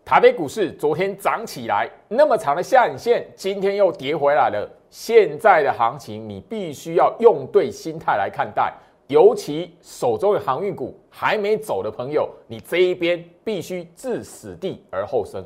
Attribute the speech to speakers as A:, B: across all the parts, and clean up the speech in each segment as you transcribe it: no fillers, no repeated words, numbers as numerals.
A: 台北股市昨天涨起来，那么长的下影线，今天又跌回来了。现在的行情，你必须要用对心态来看待，尤其手中的航运股还没走的朋友，你这一边必须置死地而后生。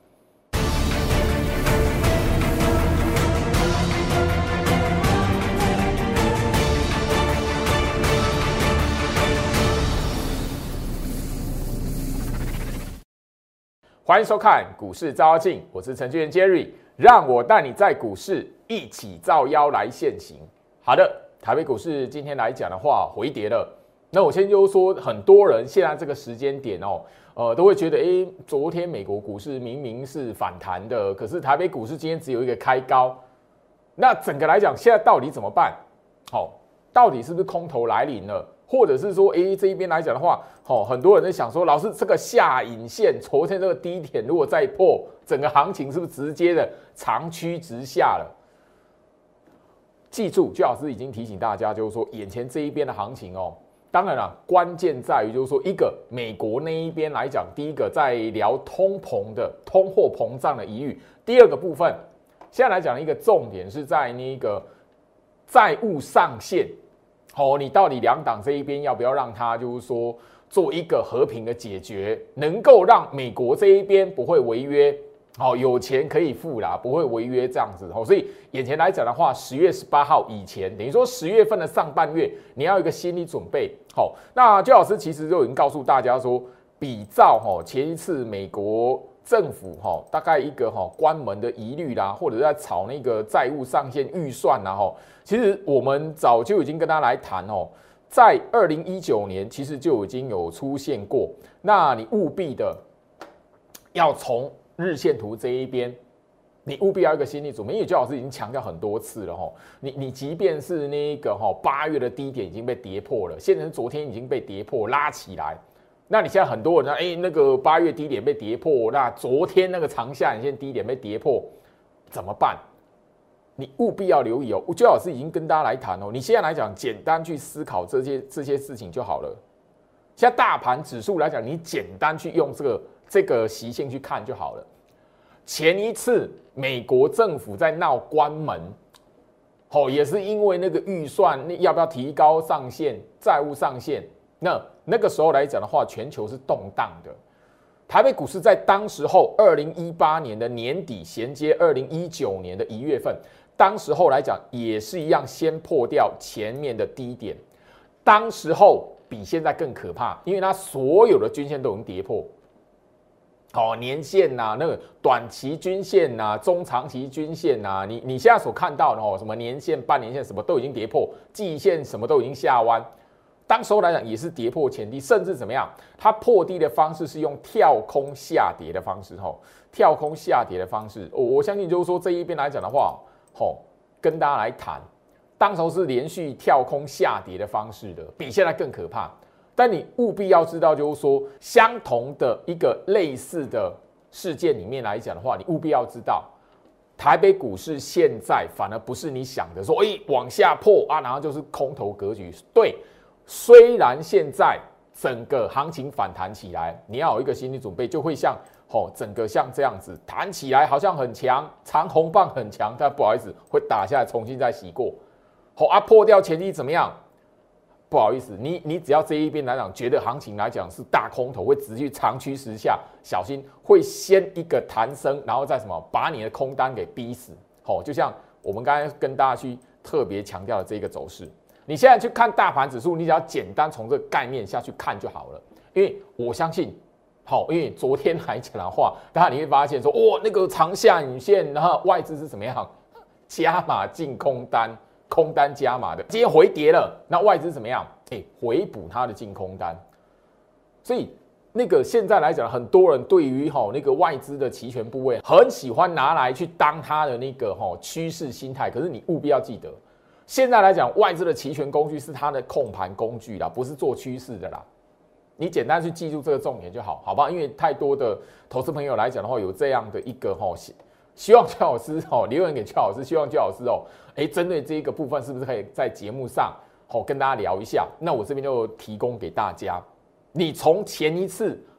A: 欢迎收看股市照妖镜，我是程序员 Jerry， 让我带你在股市一起照妖来现行。好的，台北股市今天来讲的话，回跌了。那我先就说，很多人现在这个时间点都会觉得，昨天美国股市明明是反弹的，可是台北股市今天只有一个开高。那整个来讲，现在到底怎么办？到底是不是空头来临了？或者是说，这一边来讲的话，很多人在想说，老师这个下影线，昨天这个低点如果再破，整个行情是不是直接的长驱直下了？记住，姜老师已经提醒大家，就是说，眼前这一边的行情当然了，关键在于就是说，一个美国那一边来讲，第一个在聊通货膨胀的疑虑，第二个部分，现在来讲一个重点是在那个债务上限。你到底两党这一边要不要让它就是说做一个和平的解决，能够让美国这一边不会违约，有钱可以付啦，不会违约这样子。所以眼前来讲的话，10月18号以前，等于说10月份的上半月，你要有一个心理准备。那姜老师其实就已经告诉大家说，比照前一次美国政府大概一个关门的疑虑啦，或者在炒那个债务上限预算啦其实我们早就已经跟大家来谈在2019年其实就已经有出现过。那你务必的要从日线图这一边，你务必要一个心理准备，因为姜老师已经强调很多次了你即便是那个8月的低点已经被跌破了，现在昨天已经被跌破拉起来。那你现在很多人呢，那个8月低点被跌破，那昨天那个长下影线低点被跌破，怎么办？你务必要留意姜老师已经跟大家来谈你现在来讲，简单去思考这些事情就好了。现在大盘指数来讲，你简单去用这个习性去看就好了。前一次美国政府在闹关门，也是因为那个预算要不要提高上限，债务上限。那个时候来讲的话，全球是动荡的。台北股市在当时候2018年的年底衔接2019年的1月份，当时候来讲也是一样，先破掉前面的低点。当时候比现在更可怕，因为它所有的均线都已经跌破。年线那个短期均线中长期均线你现在所看到的什么年线、半年线什么都已经跌破，季线什么都已经下弯。当时候来讲也是跌破前低，甚至怎么样？它破低的方式是用跳空下跌的方式，跳空下跌的方式，我相信就是说这一边来讲的话，跟大家来谈，当时候是连续跳空下跌的方式的，比现在更可怕。但你务必要知道，就是说相同的一个类似的事件里面来讲的话，你务必要知道，台北股市现在反而不是你想的说，往下破然后就是空头格局，对。虽然现在整个行情反弹起来，你要有一个心理准备，就会像整个像这样子弹起来，好像很强，长红棒很强，但不好意思会打下来，重新再洗过。破掉前低怎么样？不好意思，你只要这一边来讲，觉得行情来讲是大空头，会持续长驱直下，小心会先一个弹升，然后再把你的空单给逼死。就像我们刚才跟大家去特别强调的这个走势。你现在去看大盘指数，你只要简单从这个概念下去看就好了。因为我相信，因为昨天来讲的话，大家你会发现说，那个长下影线，然后外资是怎么样加码进空单，空单加码的。今天回跌了，那外资怎么样？回补它的进空单。所以那个现在来讲，很多人对于那个外资的期权部位，很喜欢拿来去当它的那个趋势心态。可是你务必要记得。现在来讲，外资的期权工具是它的控盘工具啦，不是做趋势的啦。你简单去记住这个重点就好，好吧？因为太多的投资朋友来讲的话，有这样的一个希望姜老师留言给姜老师，希望姜老师针对这一个部分是不是可以在节目上跟大家聊一下？那我这边就提供给大家，你从前一次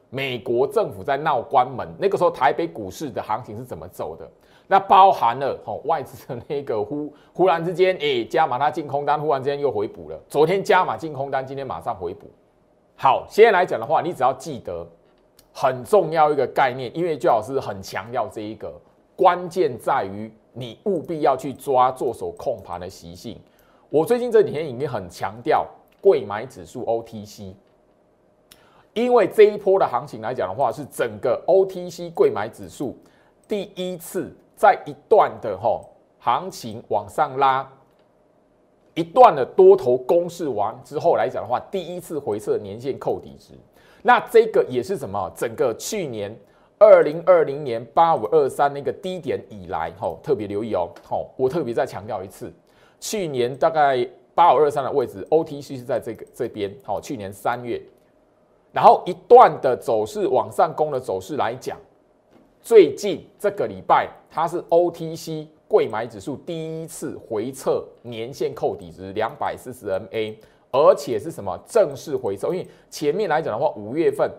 A: 美国政府在闹关门，那个时候台北股市的行情是怎么走的？那包含了外资的那个忽然之间，加码它净空单，忽然之间又回补了。昨天加码净空单，今天马上回补。好，现在来讲的话，你只要记得很重要一个概念，因为最老师很强调这一个关键在于你务必要去抓做手控盘的习性。我最近这几天已经很强调贵买指数 OTC。因为这一波的行情来讲的话，是整个 OTC 贵买指数第一次在一段的行情往上拉，一段的多头攻势完之后来讲的话，第一次回测年线扣底值。那这个也是什么？整个去年2020年8523那个低点以来，特别留意哦，我特别再强调一次，去年大概8523的位置 ，OTC 是在这边，去年3月。然后一段的走势往上攻的走势来讲，最近这个礼拜它是 OTC 贵买指数第一次回测年线扣底值240 MA， 而且是什么正式回测？因为前面来讲的话，5月份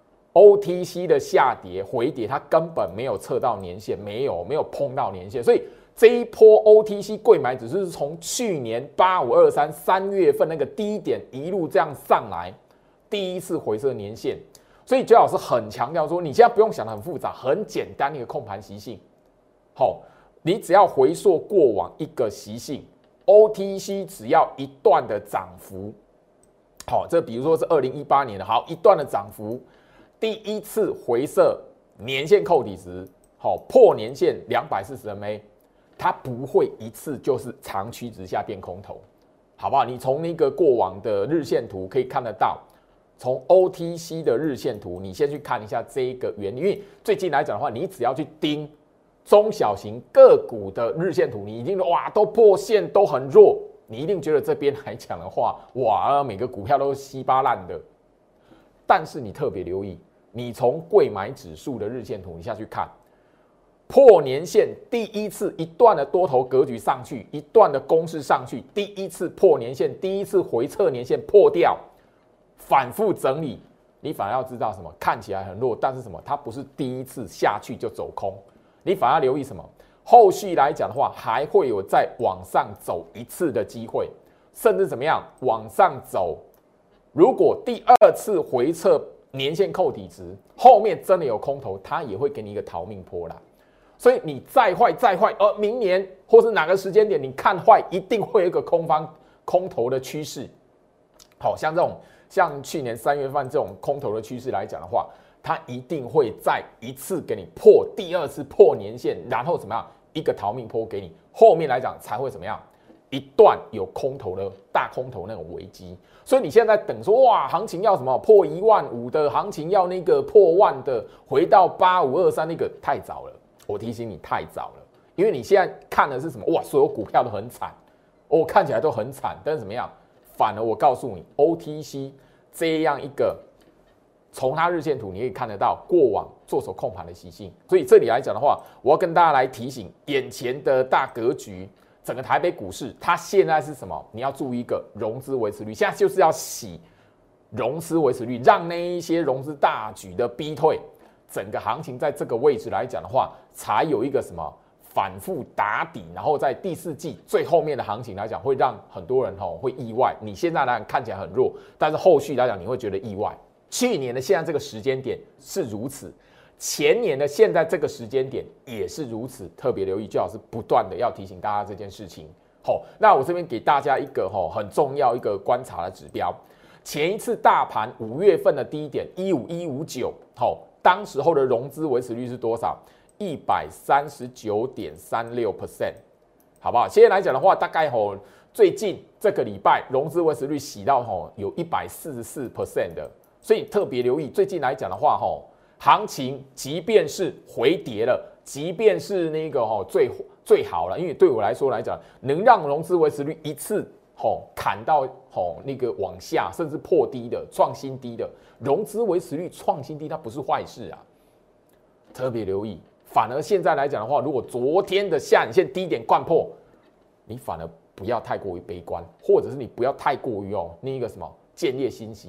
A: OTC 的下跌回跌，它根本没有测到年线，没有碰到年线，所以这一波 OTC 贵买指数是从去年8523 3月份那个低点一路这样上来。第一次回测年线，所以最老师很强调说，你现在不用想得很复杂，很简单的一个控盘习性。你只要回溯过往一个习性 ，OTC 只要一段的涨幅，这比如说是2018年的，一段的涨幅，第一次回测年线扣底值，破年线240 MA， 它不会一次就是长驱直下变空头，好不好？你从那个过往的日线图可以看得到。从 OTC 的日线图，你先去看一下这一个原理，因为最近来讲的话，你只要去盯中小型个股的日线图，你一定都破线都很弱，你一定觉得这边来讲的话，每个股票都稀巴烂的。但是你特别留意，你从贵买指数的日线图你下去看，破年线第一次一段的多头格局上去，一段的攻势上去，第一次破年线，第一次回测年线破掉。反复整理，你反而要知道什么？看起来很弱，但是什么？它不是第一次下去就走空，你反而留意什么？后续来讲的话，还会有再往上走一次的机会，甚至怎么样往上走？如果第二次回测年线扣底值，后面真的有空头，它也会给你一个逃命波啦。所以你再坏，明年或是哪个时间点，你看坏，一定会有一个空头的趋势。像去年3月份这种空头的趋势来讲的话，它一定会再一次给你破，第二次破年线，然后怎么样一个逃命波给你，后面来讲才会怎么样一段有空头的大空头那种危机。所以你现在在等说行情要什么破15000的行情，要那个破万的，回到8523那个太早了。我提醒你太早了，因为你现在看的是什么？所有股票都很惨，看起来都很惨，但是怎么样？反而我告诉你 ，OTC 这样一个从它日线图你可以看得到过往做手控盘的习性。所以这里来讲的话，我要跟大家来提醒，眼前的大格局，整个台北股市它现在是什么？你要注意一个融资维持率，现在就是要洗融资维持率，让那一些融资大举的逼退，整个行情在这个位置来讲的话，才有一个什么？反复打底，然后在第四季最后面的行情来讲，会让很多人会意外。你现在来看起来很弱，但是后续来讲你会觉得意外。去年的现在这个时间点是如此，前年的现在这个时间点也是如此。特别留意，最好是不断的要提醒大家这件事情。那我这边给大家一个很重要一个观察的指标。前一次大盘5月份的低点15159，当时候的融资维持率是多少？139.36%， 好不好？现在来讲的话，大概最近这个礼拜融资维持率洗到有144% 的，所以特别留意。最近来讲的话，行情即便是回跌了，即便是那个最好了，因为对我来说来讲，能让融资维持率一次砍到那个往下，甚至破低的创新低的融资维持率创新低，它不是坏事啊，特别留意。反而现在来讲的话，如果昨天的下影线低点掼破，你反而不要太过于悲观，或者是你不要太过于那个什么见猎欣喜。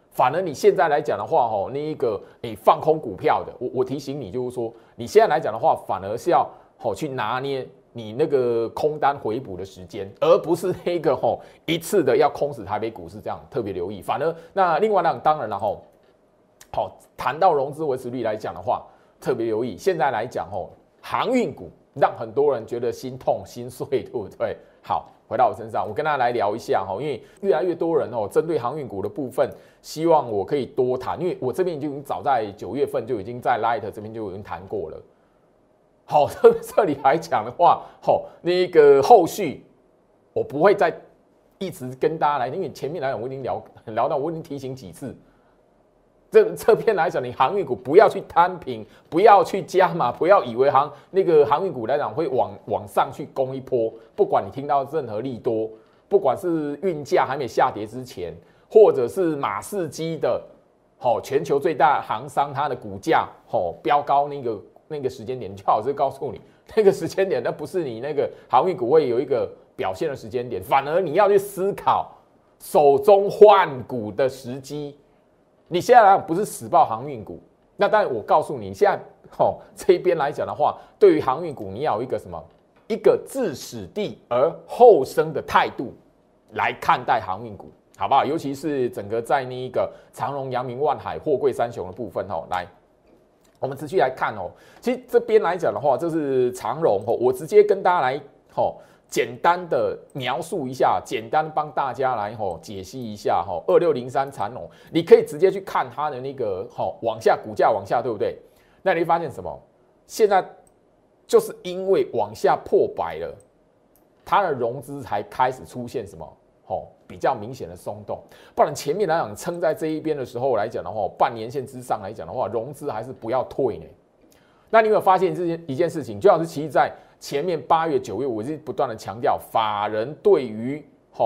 A: 反而你现在来讲的话，那一个你放空股票的，我提醒你，就是说你现在来讲的话，反而是要去拿捏你那个空单回补的时间，而不是那个一次的要空死台北股市这样，特别留意。反而那另外当然了谈到融资维持率来讲的话，特别留意。现在来讲航运股让很多人觉得心痛心碎，对不对？好。回到我身上，我跟大家来聊一下因为越来越多人针对航运股的部分，希望我可以多谈，因为我这边就已经早在9月份就已经在 Light 这边就已经谈过了。好，这里来讲的话，那个后续我不会再一直跟大家来，因为前面来讲我已经聊到，我已经提醒几次。这边来讲，你航运股不要去摊平，不要去加码，不要以为那个航运股来讲会往上去攻一波。不管你听到任何利多，不管是运价还没下跌之前，或者是马士基的全球最大航商它的股价飙高那个时间点，就好是告诉你那个时间点，那不是你那个航运股会有一个表现的时间点，反而你要去思考手中换股的时机。你现在来讲不是死抱航运股，那当然我告诉你，现在这一边来讲的话，对于航运股你要有一个什么？一个置死地而后生的态度来看待航运股，好不好？尤其是整个在那一个长荣、阳明、万海、货柜三雄的部分来，我们持续来看其实这边来讲的话，这是长荣我直接跟大家来简单的描述一下，简单帮大家来解析一下2603长荣，你可以直接去看它的那个往下股价往下，对不对？那你会发现什么？现在就是因为往下破百了，它的融资才开始出现什么比较明显的松动，不然前面来讲撑在这一边的时候来讲的话，半年线之上来讲的话，融资还是不要退呢。那你有没有发现一件事情？就好像是其实在前面8月、9月，我是不断的强调，法人对于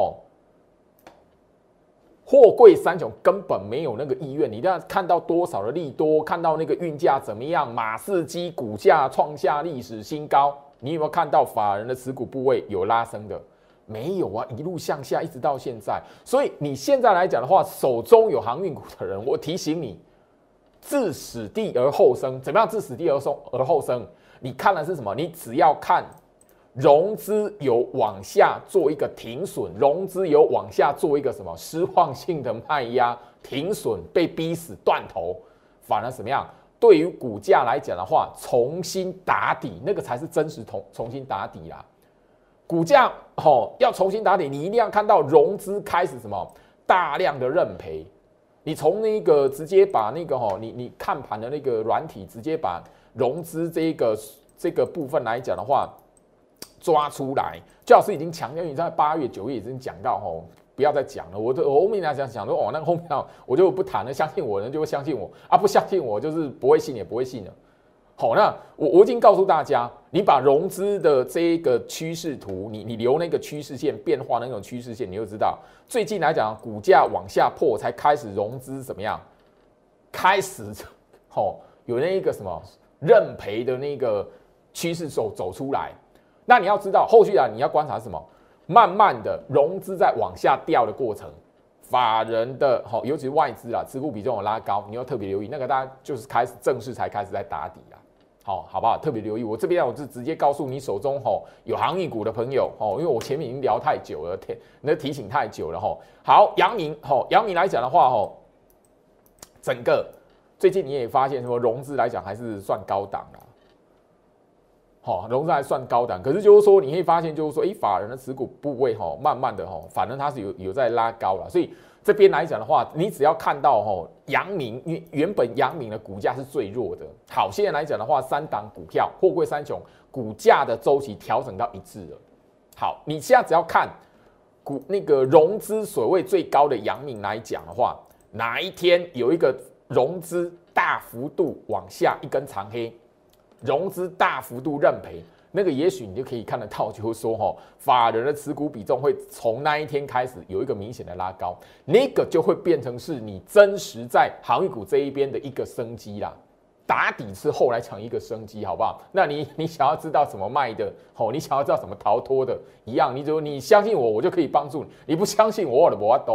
A: 货柜三雄根本没有那个意愿。你一定要看到多少的利多，看到那个运价怎么样，马士基股价创下历史新高，你有没有看到法人的持股部位有拉升的？没有啊，一路向下，一直到现在。所以你现在来讲的话，手中有航运股的人，我提醒你，置死地而后生。怎么样置死地而后生？你看的是什么？你只要看融资有往下做一个停损，融资有往下做一个什么失望性的卖压，停损被逼死断头，反而怎么样？对于股价来讲的话，重新打底，那个才是真实重新打底啦。股价要重新打底，你一定要看到融资开始什么大量的认赔。你从那个直接把那个你看盘的那个软体，直接把融资这个部分来讲的话抓出来，最好是已经强调，你在8月、9月已经讲到不要再讲了。我后面来讲说那个后面我就不谈了，相信我的人就会相信我啊，不相信我就是不会信也不会信了。那我已经告诉大家，你把融资的这个趋势图，你留那个趋势线变化的那种趋势线，你就知道最近来讲，股价往下破才开始融资怎么样，开始有那个什么认赔的那个趋势走出来。那你要知道，后续你要观察什么？慢慢的融资在往下掉的过程，法人的尤其是外资持股比重有拉高，你要特别留意，那个大家就是正式才开始在打底啦。好不好？特别留意。我这边我是直接告诉你手中有航运股的朋友因为我前面已经聊太久了，那提醒太久了好，阳明来讲的话整个最近你也发现什么融资来讲还是算高档啦。融资还算高档，可是就是说你会发现就是说，法人的持股部位慢慢的反正它是有在拉高了，所以这边来讲的话，你只要看到阳明，因为原本阳明的股价是最弱的。好，现在来讲的话，3档股票，货柜三雄股价的周期调整到一致了。好，你现在只要看那个融资所谓最高的阳明来讲的话，哪一天有一个融资大幅度往下一根长黑，融资大幅度认赔，那个也许你就可以看得到，就是说法人的持股比重会从那一天开始有一个明显的拉高，那个就会变成是你真实在航运股这一边的一个生机啦。打底之后来抢一个生机，好不好？那你想要知道怎么卖的，你想要知道怎么逃脱的，一样，你相信我，我就可以帮助你；你不相信我，我的不多。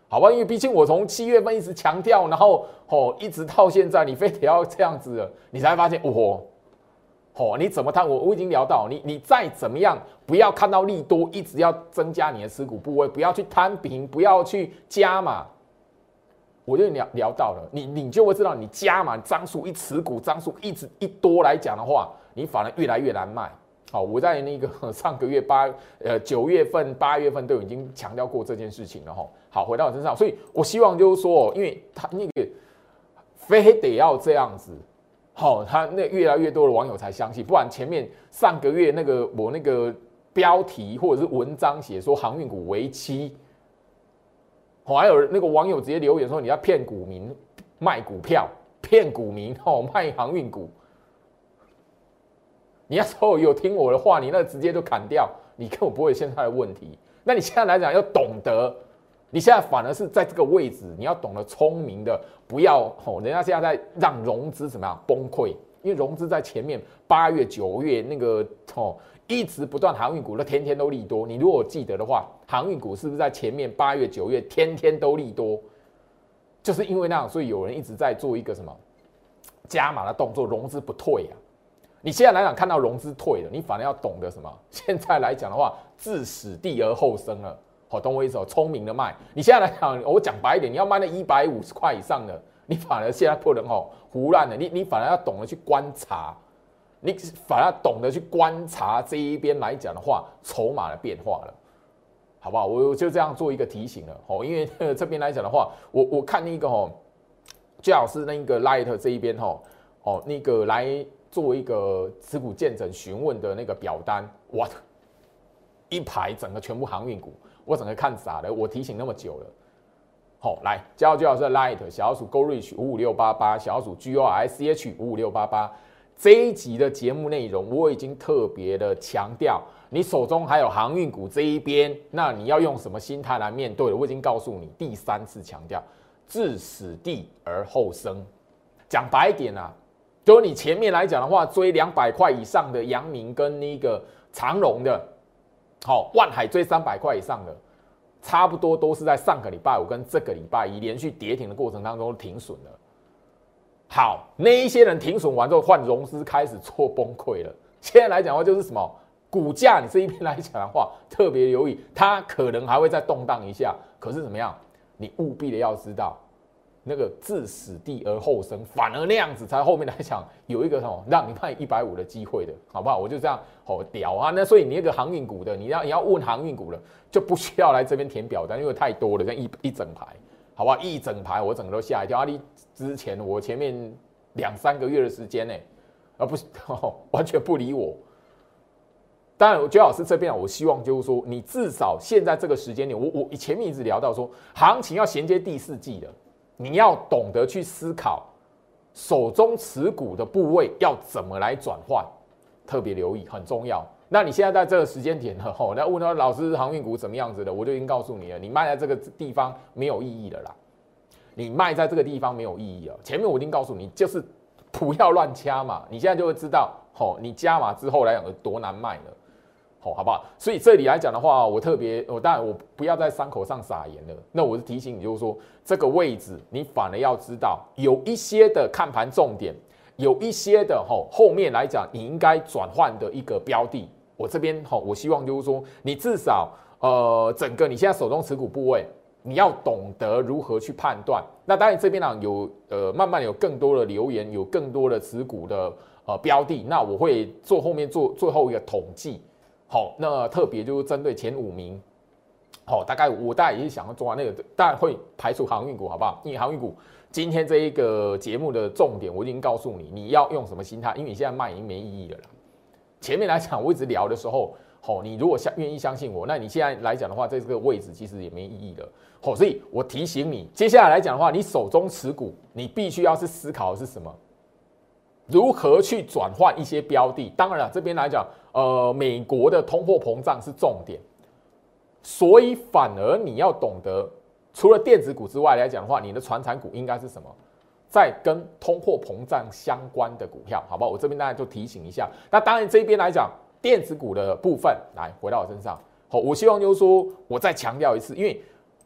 A: 好吧？因为毕竟我从7月份一直强调，然后一直到现在，你非得要这样子了，你才发现你怎么摊？我已经聊到，你再怎么样，不要看到利多，一直要增加你的持股部位，不要去摊平，不要去加码。我就聊到了，你就会知道，你加码张数一持股张数一多来讲的话，你反而越来越难卖。好，我在那个上个月9月份、8月份都已经强调过这件事情了哈。好，回到我身上，所以我希望就是说，因为他那个非得要这样子，他那越来越多的网友才相信，不然前面上个月我那个标题或者是文章写说航运股为期。还有那个网友直接留言说你要骗股民卖股票，骗股民卖航运股。你要说有听我的话，你那直接就砍掉，你根本不会有现在的问题。那你现在来讲要懂得，你现在反而是在这个位置，你要懂得聪明的，不要人家现在在让融资怎么样崩溃，因为融资在前面8月9月那个一直不断航运股，天天都利多。你如果记得的话，航运股是不是在前面8月9月天天都利多？就是因为那样，所以有人一直在做一个什么加码的动作，融资不退啊。你现在来讲看到融资退了，你反而要懂得什么？现在来讲的话，置死地而后生了。懂我意思？聪明的卖。你现在来讲，我讲白一点，你要卖那150块以上的，你反而现在不能胡乱的，你反而要懂得去观察。你反而懂得去观察这一边来讲的话，筹码的变化了，好不好？我就这样做一个提醒了因为这边来讲的话，我看那个最好是那个 Light 这一边那个来做一个持股见证询问的那个表单，哇，一排整个全部航运股，我整个看傻了。我提醒那么久了，来加入最好是 Light 小鼠 Go Reach 55688，小鼠 GORICH 55688。这一集的节目内容，我已经特别的强调，你手中还有航运股这一边，那你要用什么心态来面对了？我已经告诉你，第3次强调，置死地而后生。讲白一点啊，就是你前面来讲的话，追200块以上的阳明跟那个长荣的，万海追300块以上的，差不多都是在上个礼拜5跟这个礼拜1连续跌停的过程当中停损了。好，那一些人停损完之后，换融资开始做崩溃了。现在来讲的话，就是什么股价，你这一边来讲的话，特别留意，它可能还会再动荡一下。可是怎么样？你务必的要知道，那个置死地而后生，反而那样子才后面来讲有一个让你卖150的机会的，好不好？我就这样屌啊！那所以你那个航运股的，你要问航运股了，就不需要来这边填表单，因为太多了，像一整排。好不好？一整排我整个都吓一跳。你之前我前面2、3个月的时间不是完全不理我。当然，最好是这边我希望就是说，你至少现在这个时间点，我前面一直聊到说，行情要衔接第4季的，你要懂得去思考手中持股的部位要怎么来转换，特别留意，很重要。那你现在在这个时间点了那问到老师航运股怎么样子的，我就已经告诉你了，你卖在这个地方没有意义了啦，你卖在这个地方没有意义了。前面我已经告诉你，就是不要乱加码，你现在就会知道你加码之后来讲有多难卖了，好不好？所以这里来讲的话，我当然我不要在伤口上撒盐了。那我是提醒你，就是说这个位置你反而要知道有一些的看盘重点，有一些的后面来讲你应该转换的一个标的。我这边我希望就是说，你至少整个你现在手中持股部位，你要懂得如何去判断。那当然这边呢有慢慢有更多的留言，有更多的持股的标的，那我会后面做最后一个统计。那特别就是针对前5名，大概也是想要做那个，当然会排除航运股，好不好？因为航运股今天这一个节目的重点我已经告诉你，你要用什么心态，因为你现在卖已经没意义了啦。前面来讲，我一直聊的时候，你如果愿意相信我，那你现在来讲的话，在这个位置其实也没意义了。所以我提醒你，接下来来讲的话，你手中持股，你必须要是思考的是什么？如何去转换一些标的？当然了，这边来讲，美国的通货膨胀是重点，所以反而你要懂得，除了电子股之外来讲的话，你的传产股应该是什么？在跟通货膨胀相关的股票，好不好？我这边大家就提醒一下。那当然这边来讲，电子股的部分，来回到我身上，我希望就是说，我再强调一次，因为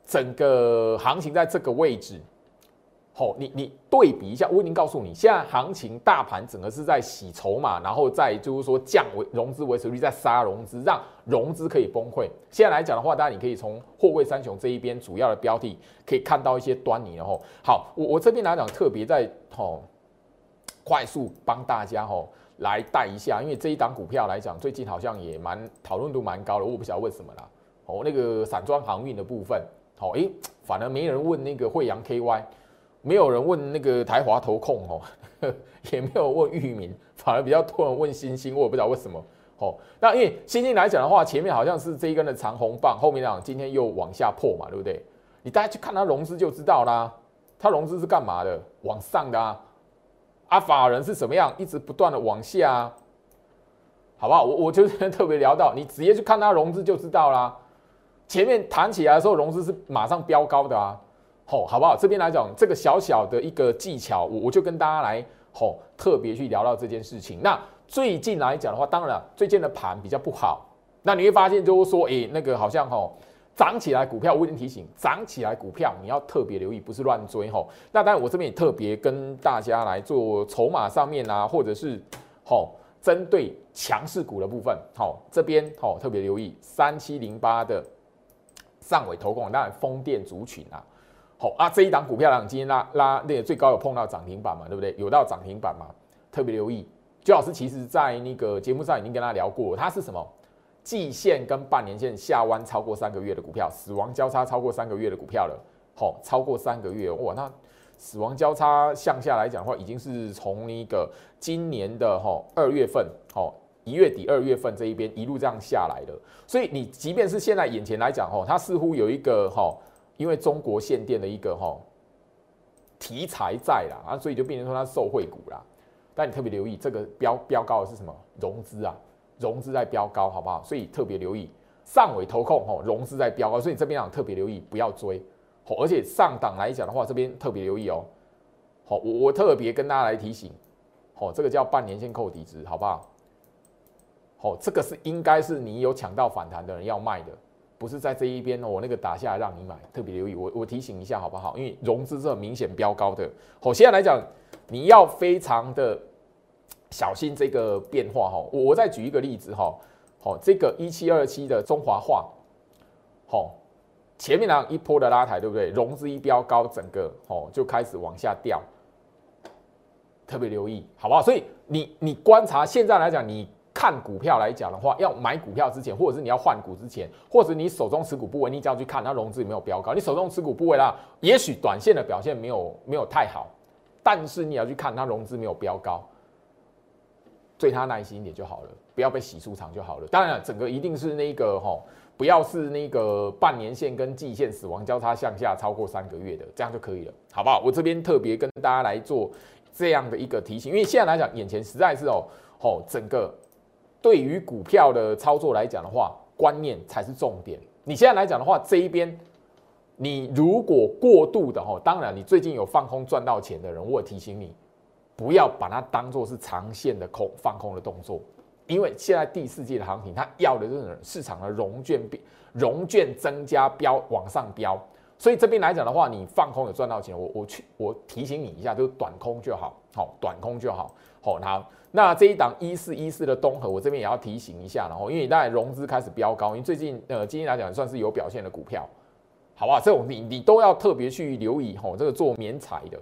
A: 整个行情在这个位置，你对比一下，我已经告诉你，现在行情大盘整个是在洗筹码，然后再就是说降融资维持率，在杀融资，让融资可以崩溃。现在来讲的话，当然你可以从货柜三雄这一边主要的标的可以看到一些端倪。好，我这边来讲特别在快速帮大家来带一下，因为这一档股票来讲，最近好像也讨论度蛮高的，我不晓得为什么啦。那个散装航运的部分，反而没人问那个惠阳 KY。没有人问那个台华投控也没有问裕民，反而比较多人问新兴，我也不知道为什么那因为新兴来讲的话，前面好像是这一根的长红棒，后面今天又往下破嘛，对不对？你大家去看它融资就知道啦，它融资是干嘛的？往上的法人是什么样，一直不断的往下好不好？我就是特别聊到，你直接去看它融资就知道啦。前面弹起来的时候，融资是马上飙高的好不好？这边来讲，这个小小的一个技巧，我就跟大家来特别去聊到这件事情。那最近来讲的话，当然最近的盘比较不好，那你会发现就是说，那个好像涨起来股票，我已经提醒，涨起来股票你要特别留意，不是乱追那当然，我这边也特别跟大家来做筹码上面或者是针对强势股的部分，这边特别留意3708的上尾投控，当然风电族群这一档股票今天拉那个最高有碰到涨停板嘛，对不对？有到涨停板嘛？特别留意，居老师其实在那个节目上已经跟他聊过，它是什么？季线跟半年线下弯超过3个月的股票，死亡交叉超过3个月的股票了，超过3个月，哇，那死亡交叉向下来讲的话，已经是从那个今年的2月份1月底2月份这一边一路这样下来的，所以你即便是现在眼前来讲它似乎有一个因为中国限电的一个题材在啦所以就变成说它是受惠股啦。但你特别留意这个标高的是什么？融资融资在飙高，好不好？所以特别留意上尾投控融资在飙高，所以你这边特别留意不要追而且上档来讲的话，这边特别留意我特别跟大家来提醒这个叫半年线扣底值，好不好？这个是应该是你有抢到反弹的人要卖的。不是在这一边我那个打下来让你买，特别留意，我提醒一下好不好？因为融资是很明显飙高的。现在来讲，你要非常的小心这个变化我再举一个例子这个1727的中华化前面一波的拉抬，对不对？融资一飙高，整个就开始往下掉，特别留意，好不好？所以你观察现在来讲，你看股票来讲的话，要买股票之前，或者是你要换股之前，或者你手中持股部位，你只要去看它融资有没有飙高。你手中持股部位啦，也许短线的表现没有太好，但是你要去看它融资没有飙高，对它耐心一点就好了，不要被洗出场就好了。当然，整个一定是那个不要是那个半年线跟季线死亡交叉向下超过3个月的，这样就可以了，好不好？我这边特别跟大家来做这样的一个提醒，因为现在来讲，眼前实在是整个。对于股票的操作来讲的话，观念才是重点。你现在来讲的话，这一边你如果过度的当然你最近有放空赚到钱的人，我提醒你，不要把它当作是长线的放空的动作，因为现在第4季的行情，它要的就是市场的融券增加往上飙，所以这边来讲的话，你放空有赚到钱，我提醒你一下，就是短空就好，短空就好，好。那这一档1414的东和，我这边也要提醒一下，因为当然融资开始飙高，因为最近今天来讲算是有表现的股票，好不好？这种你都要特别去留意这个做免采的，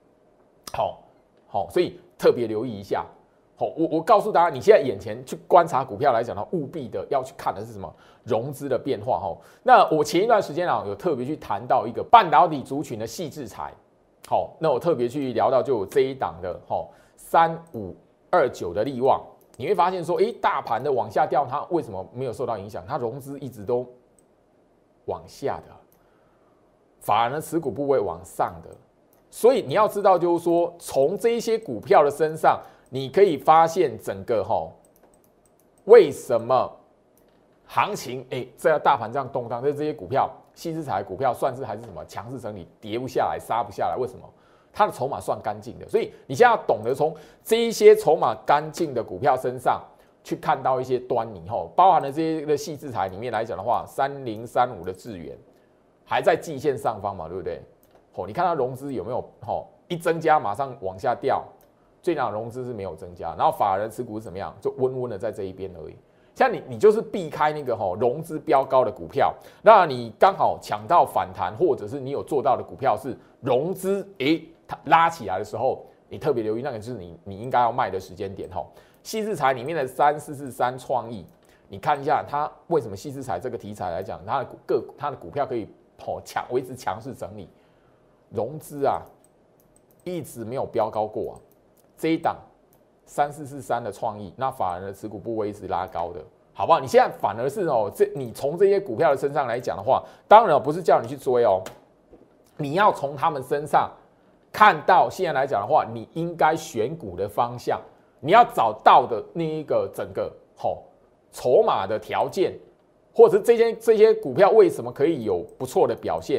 A: 所以特别留意一下。我告诉大家，你现在眼前去观察股票来讲呢，务必的要去看的是什么？融资的变化那我前一段时间有特别去谈到一个半导体族群的矽智财，那我特别去聊到就有这一档的3529的力旺，你会发现说，大盘的往下掉，它为什么没有受到影响？它融资一直都往下的，反而呢持股部位往上的，所以你要知道，就是说从这一些股票的身上，你可以发现整个为什么行情这大盘这样动荡，这些股票矽智财股票算是还是什么强势整理，跌不下来，杀不下来，为什么？它的筹码算干净的，所以你现在要懂得从这一些筹码干净的股票身上去看到一些端倪包含了这些的矽智财里面来讲的话，3035的智原， 还在季线上方嘛，对不对？你看它融资有没有一增加马上往下掉，最近融资是没有增加，然后法人持股是怎么样？就温温的在这一边而已。像你就是避开那个融资飙高的股票，那你刚好抢到反弹，或者是你有做到的股票是融资它拉起来的时候，你特别留意那个就是你应该要卖的时间点矽智财里面的3443创意，你看一下它为什么矽智财这个题材来讲，它的股票可以维持强势整理，融资啊一直没有飙高过啊，这一档。3443的创意，那法人的持股部位一直拉高的，好不好？你现在反而是你从这些股票的身上来讲的话，当然不是叫你去追你要从他们身上看到现在来讲的话，你应该选股的方向，你要找到的那一个整个筹码的条件，或者是这些股票为什么可以有不错的表现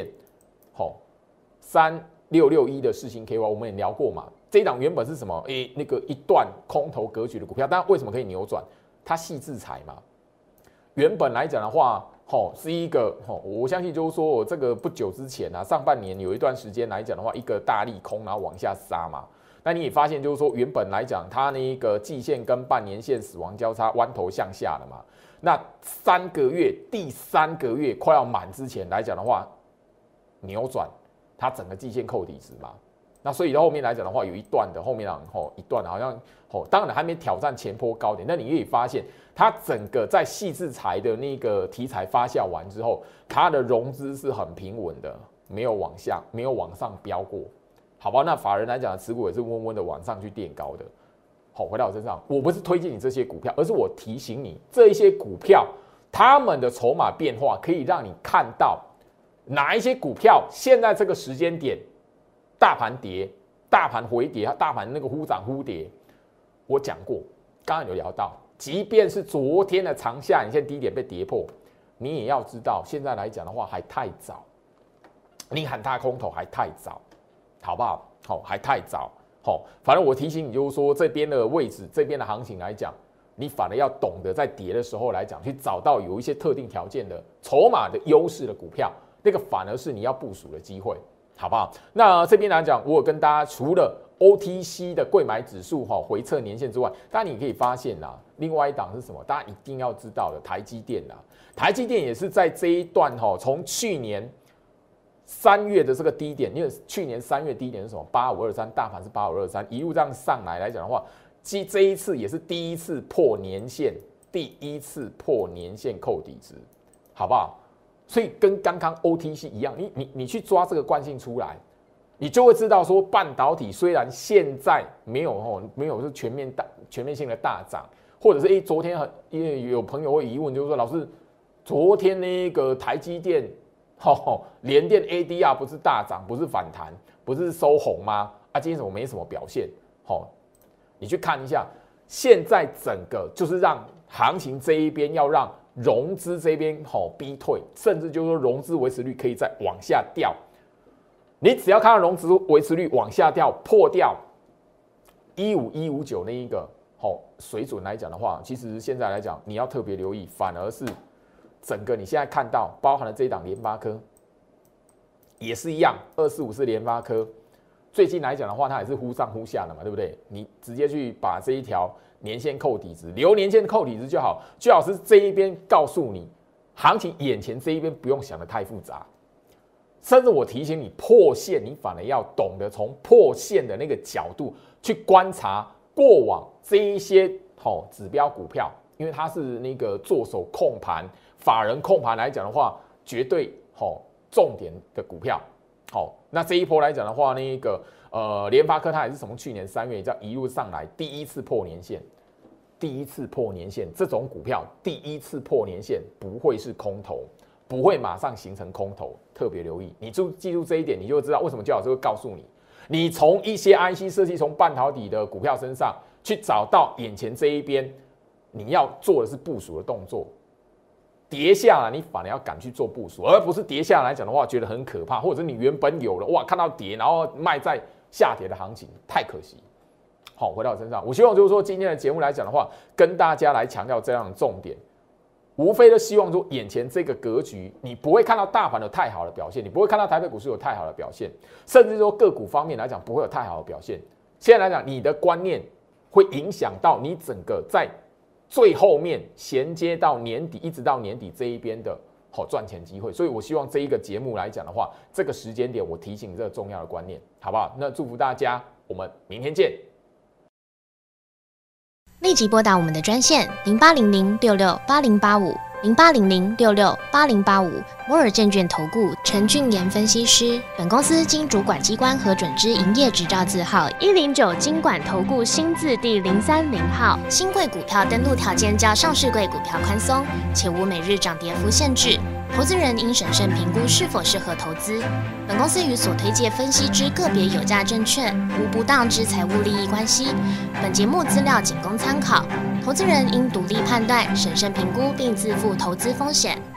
A: ？3661的世芯 KY 我们也聊过嘛。这一档原本是什么？那个一段空头格局的股票，但为什么可以扭转？它矽智财嘛，原本来讲的话，是一个我相信就是说我这个不久之前啊，上半年有一段时间来讲的话，一个大利空然后往下杀嘛。那你也发现就是说，原本来讲它那个季线跟半年线死亡交叉，弯头向下了嘛。那第三个月快要满之前来讲的话，扭转它整个季线扣底值嘛。那所以到后面来讲的话，有一段的后面一段好像当然还没挑战前波高点，那你可以发现它整个在矽智财的那个题材发酵完之后，它的融资是很平稳的，没有往上飙过，好吧？那法人来讲，持股也是温温的往上去垫高的。回到我身上，我不是推荐你这些股票，而是我提醒你，这一些股票它们的筹码变化可以让你看到哪一些股票现在这个时间点。大盘跌，大盘回跌，大盘那个忽涨忽跌，我讲过，刚刚有聊到，即便是昨天的长下影线低点被跌破，你也要知道，现在来讲的话还太早，你喊它空头还太早，好不好？还太早。反正我提醒你，就是说这边的位置，这边的行情来讲，你反而要懂得在跌的时候来讲，去找到有一些特定条件的筹码的优势的股票，那个反而是你要部署的机会。好不好？那这边来讲，我有跟大家除了 OTC 的柜买指数回测年线之外，当然你可以发现啦，另外一档是什么？大家一定要知道的，台积电啦。台积电也是在这一段从去年3月的这个低点，因为去年3月低点是什么？8523，大盘是8523，一路这样上来讲的话，这一次也是第一次破年线，扣底值，好不好？所以跟刚刚 OTC 一样，你去抓这个惯性出来，你就会知道说，半导体虽然现在没有是全面性的大涨，或者是昨天因为有朋友会疑问，就是说老师，昨天那个台积电联电 ADR 不是大涨，不是反弹，不是收红吗？今天怎么没什么表现？你去看一下，现在整个就是让行情这一边要让。融资这边逼退，甚至就是说融资维持率可以再往下掉。你只要看到融资维持率往下掉，破掉15159那一个水准来讲的话，其实现在来讲你要特别留意，反而是整个你现在看到包含了这一档联发科也是一样，2454联发科最近来讲的话，它也是忽上忽下的嘛，对不对？你直接去把这一条。年线扣底值，留年线扣底值就好。最好是这一边告诉你，行情眼前这一边不用想得太复杂。甚至我提醒你，破线你反而要懂得从破线的那个角度去观察过往这一些指标股票，因为它是那个做手控盘、法人控盘来讲的话，绝对重点的股票。那这一波来讲的话，那个联发科它也是从去年3月这样一路上来，第一次破年线，这种股票第一次破年线不会是空头，不会马上形成空头，特别留意。你就记住这一点，你就知道为什么焦老师会告诉你，你从一些 IC 设计、从半导体的股票身上去找到眼前这一边，你要做的是部署的动作。跌下来，你反而要敢去做部署，而不是跌下来讲的话，觉得很可怕，或者是你原本有了哇，看到跌，然后卖在下跌的行情，太可惜。回到我身上，我希望就是说今天的节目来讲的话，跟大家来强调这样的重点。 无非都希望说眼前这个格局，你不会看到大盘有太好的表现，你不会看到台北股市有太好的表现，甚至说个股方面来讲不会有太好的表现。现在来讲，你的观念会影响到你整个在最后面衔接到年底，一直到年底这一边的赚钱机会。所以我希望这一个节目来讲的话，这个时间点我提醒这个重要的观念，好不好？那祝福大家，我们明天见。
B: 立即拨打我们的专线08006680850800668085摩尔证券投顾陈俊言分析师。本公司经主管机关核准之营业执照字号109金管投顾新字第030号。新贵股票登录条件较上市贵股票宽松，且无每日涨跌幅限制。投资人应审慎评估是否适合投资。本公司与所推介分析之个别有价证券无不当之财务利益关系。本节目资料仅供参考，投资人应独立判断、审慎评估并自负投资风险。